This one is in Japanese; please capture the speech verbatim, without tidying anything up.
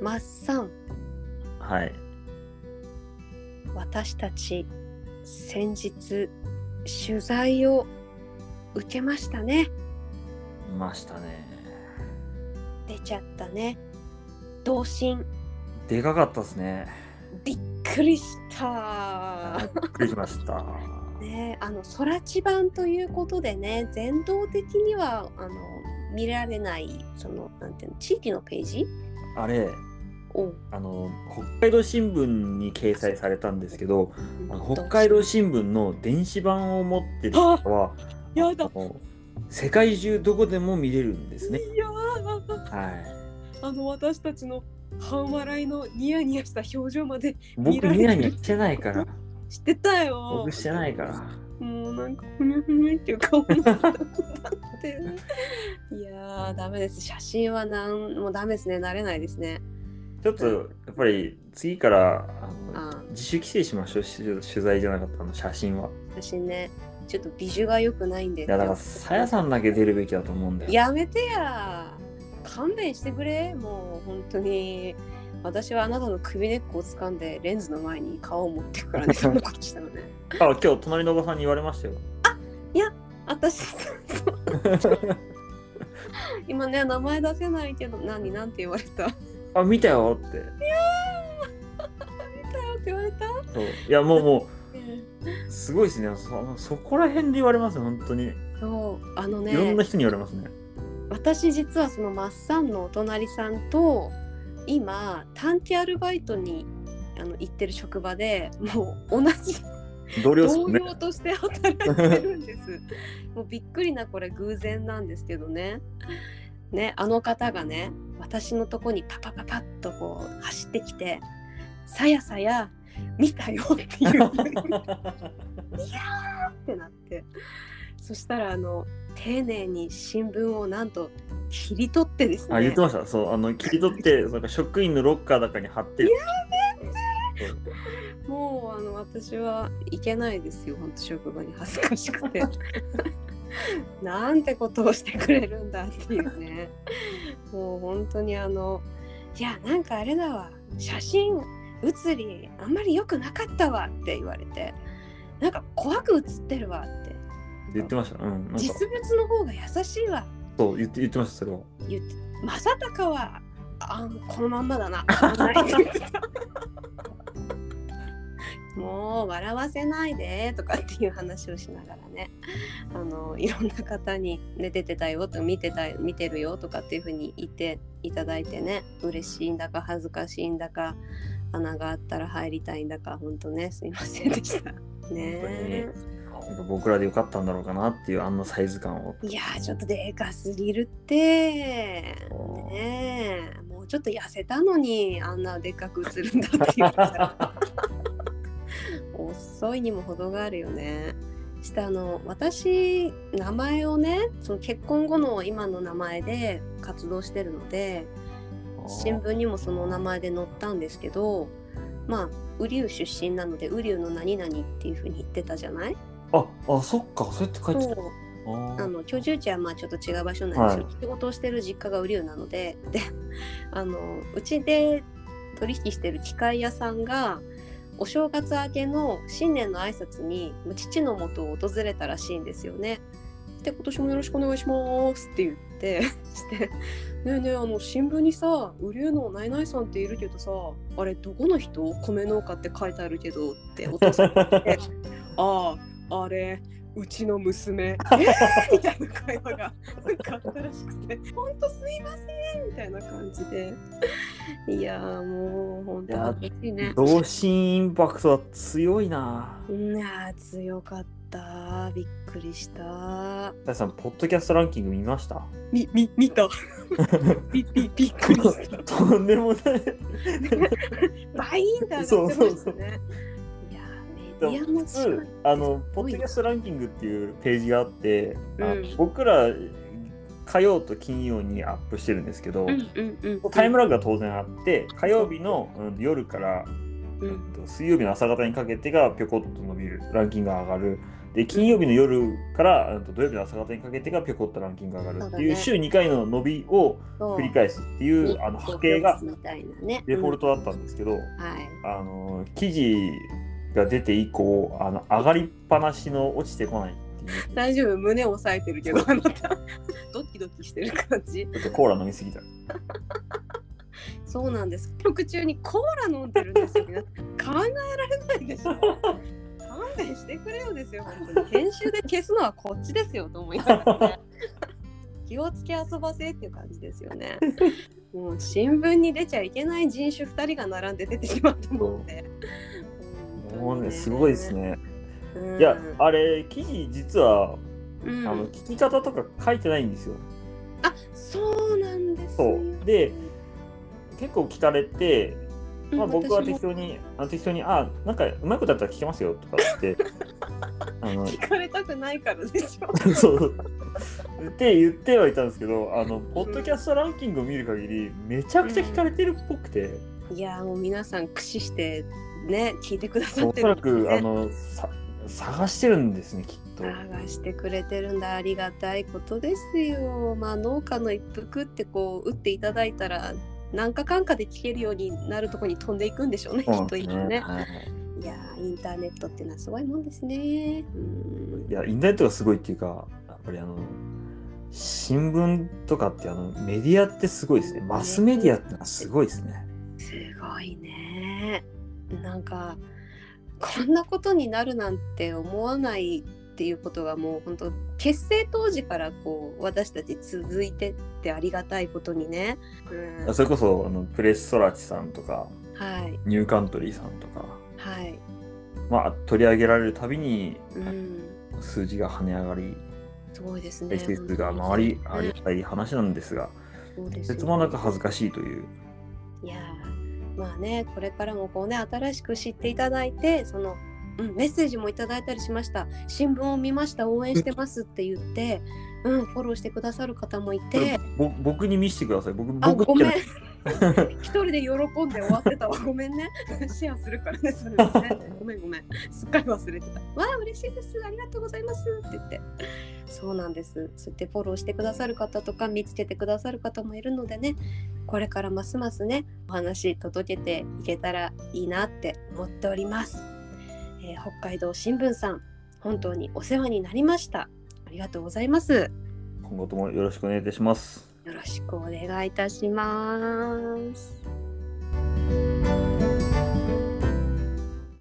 マッサン、 はい。 私たち先日取材を受けましたね。 いましたね。 出ちゃったね。同心。 でかかったですね。 びっくりした。 びっくりしました。 ね、あの空知版ということでね、全道的にはあの見られないそのなんていうの地域のページあれ、 をあの北海道新聞に掲載されたんですけど、あの北海道新聞の電子版を持ってる人は、 やだ、 世界中どこでも見れるんですね。 いやー、 はい。 あの私たちの半笑いのニヤニヤした表情まで見僕られてる。 ニヤニヤしてないから。 知ってたよ。 僕してないから。 もうなんかふにゃふにゃっていう顔になったっていやーダメです。写真はなんもうダメですね。慣れないですね。 ちょっとやっぱり次からあのあ自主規制しましょう。取材じゃなかったの写真は。 写真ね、ちょっと美女が良くないんで。 いやだからさやさんだけ出るべきだと思うんだよ。 やめてや。勘弁してくれ。もう本当に私はあなたの首根っこを掴んでレンズの前に顔を持ってくからね。そんなことしたのね。 あ、今日隣のおばさんに言われましたよ。 あ、いや私今ね名前出せないけど何なんて言われた。 あ、見たよって。いやー見たよって言われた。 そういやもうもうすごいですね。そ, そこら辺で言われますね本当に。 そうあのね。 いろんな人に言われますね。 私実はそのマッサンのお隣さんと今短期アルバイトにあの行ってる職場でもう同じ同僚、 同僚として働いてるんですもうびっくりなこれ偶然なんですけどね。ね、あの方がね私のとこにパパパパッとこう走ってきてさやさや見たよっていういやーってなって、そしたらあの丁寧に新聞をなんと切り取ってですね。 あ、言ってました。そう、あの切り取ってなんか職員のロッカーの中に貼って。 やめて。もうあの私はいけないですよ本当職場に恥ずかしくてなんてことをしてくれるんだっていうねもう本当にあのいやなんかあれだわ、写真写りあんまり良くなかったわって言われて、なんか怖く写ってるわって言ってました。うん。なんか実物の方が優しいわ。 そう言って言ってましたそれは。 言って正隆はあこのまんまだなもう笑わせないでとかっていう話をしながらね、あのいろんな方に、ね、出てたよと見てた見てるよとかっていう風に言っていただいてね、嬉しいんだか恥ずかしいんだか穴があったら入りたいんだか本当ねすいませんでしたね。 僕らでよかったんだろうかなっていうあんなサイズ感を。 いやーちょっとでかすぎるってねえ、もうちょっと痩せたのにあんなでっかく映るんだっていうさ遅いにも程があるよね。してあの私名前をねその結婚後の今の名前で活動してるので新聞にもその名前で載ったんですけど、まあ雨竜出身なので雨竜の何々っていう風に言ってたじゃない。 ああ、そっか、そうやって書いてた。 あの居住地はまあちょっと違う場所なんですよ、はい、仕事をしてる実家が雨竜なので、であのうちで取引してる機械屋さんがお正月明けの新年の挨拶に父の元を訪れたらしいんですよね。で今年もよろしくお願いしますって言ってしてねえねえあの新聞にさ雨竜のナイナイさんっているけどさあれどこの人米農家って書いてあるけどってお父さんが言ってあああれうちの娘えー、みたいな会話がなんかあったらしくてほんとすいませんみたいな感じで、いやもうほんと恥ずかしいね。 同心インパクトは強いな。 いや強かった、びっくりした。 皆さんポッドキャストランキング見ました？ みみ見たびびびっくりしたとんでもないバインって上がってましたね。そうそうそう、 普通あのポッドキャストランキングっていうページがあって、 うん、 僕ら火曜と金曜にアップしてるんですけど、 うんうんうんうん、 タイムラグが当然あって火曜日の、うん、夜から、 うん、 水曜日の朝方にかけてがぴょこっと伸びるランキングが上がるで金曜日の夜から土曜日の朝方にかけてがぴょこっとランキングが上がるっていう、ね、週にかいの伸びを繰り返すっていうあの波形がデフォルトだったんですけど、うん、はい、あの記事が出て以降あの上がりっぱなしの落ちてこないっていう。 大丈夫、胸を押さえてるけどあなたドキドキしてる感じ。 ちょっとコーラ飲みすぎたそうなんです。曲中にコーラ飲んでるんですよ。考えられないでしょ。勘弁してくれよですよ。本当に編集で消すのはこっちですよと思いながらね。気をつけ遊ばせっていう感じですよね。もう新聞に出ちゃいけない人種ふたりが並んで出てしまうと思って。 もうねすごいですね。うん、いやあれ記事実は、うん、あの聞き方とか書いてないんですよ。 あ、そうなんですよ。 そうで結構聞かれて、まあ、僕は適当に、あ適当にあなんかうまいことやったら聞けますよとかってあの聞かれたくないからでしょそうって言ってはいたんですけど、あのポッドキャストランキングを見る限りめちゃくちゃ聞かれてるっぽくて、 うん、いやもう皆さん駆使してね聞いてくださってるんですね。 おそらくあのさ探してるんですねきっと。 探してくれてるんだ、ありがたいことですよ。まあ農家の一服ってこう打っていただいたら何かかんかで聞けるようになるところに飛んでいくんでしょうね、きっと今ね。はい、いやインターネットっていうのはすごいもんですね。うん、 いやインターネットがすごいっていうかやっぱりあの新聞とかってあのメディアってすごいですね。マスメディアってのはすごいですね。 すごいね。なんかこんなことになるなんて思わないっていうことがもう本当結成当時からこう私たち続いてってありがたいことにね、 うん、それこそあのプレスソラチさんとか、 はい、 ニューカントリーさんとか、 はい、 まあ取り上げられるたびに、 うん、 数字が跳ね上がり、 すごいですね。 エスエスが回り、ありがたい話なんですが、説もなく恥ずかしいという。 いやまあね、これからもこうね新しく知っていただいてそのうん、メッセージもいただいたりしました。新聞を見ました、応援してますって言って、うん、フォローしてくださる方もいて、 ぼ僕に見せてください。僕あ僕ごめん一人で喜んで終わってたわ。ごめんねシェアするからねそれねごめんごめんすっかり忘れてた。わあ嬉しいです、ありがとうございますって言って。そうなんです。そうやってフォローしてくださる方とか見つけてくださる方もいるのでね、これからますますねお話届けていけたらいいなって思っております。えー、北海道新聞さん本当にお世話になりました。ありがとうございます。 今後ともよろしくお願いいたします。 よろしくお願いいたします。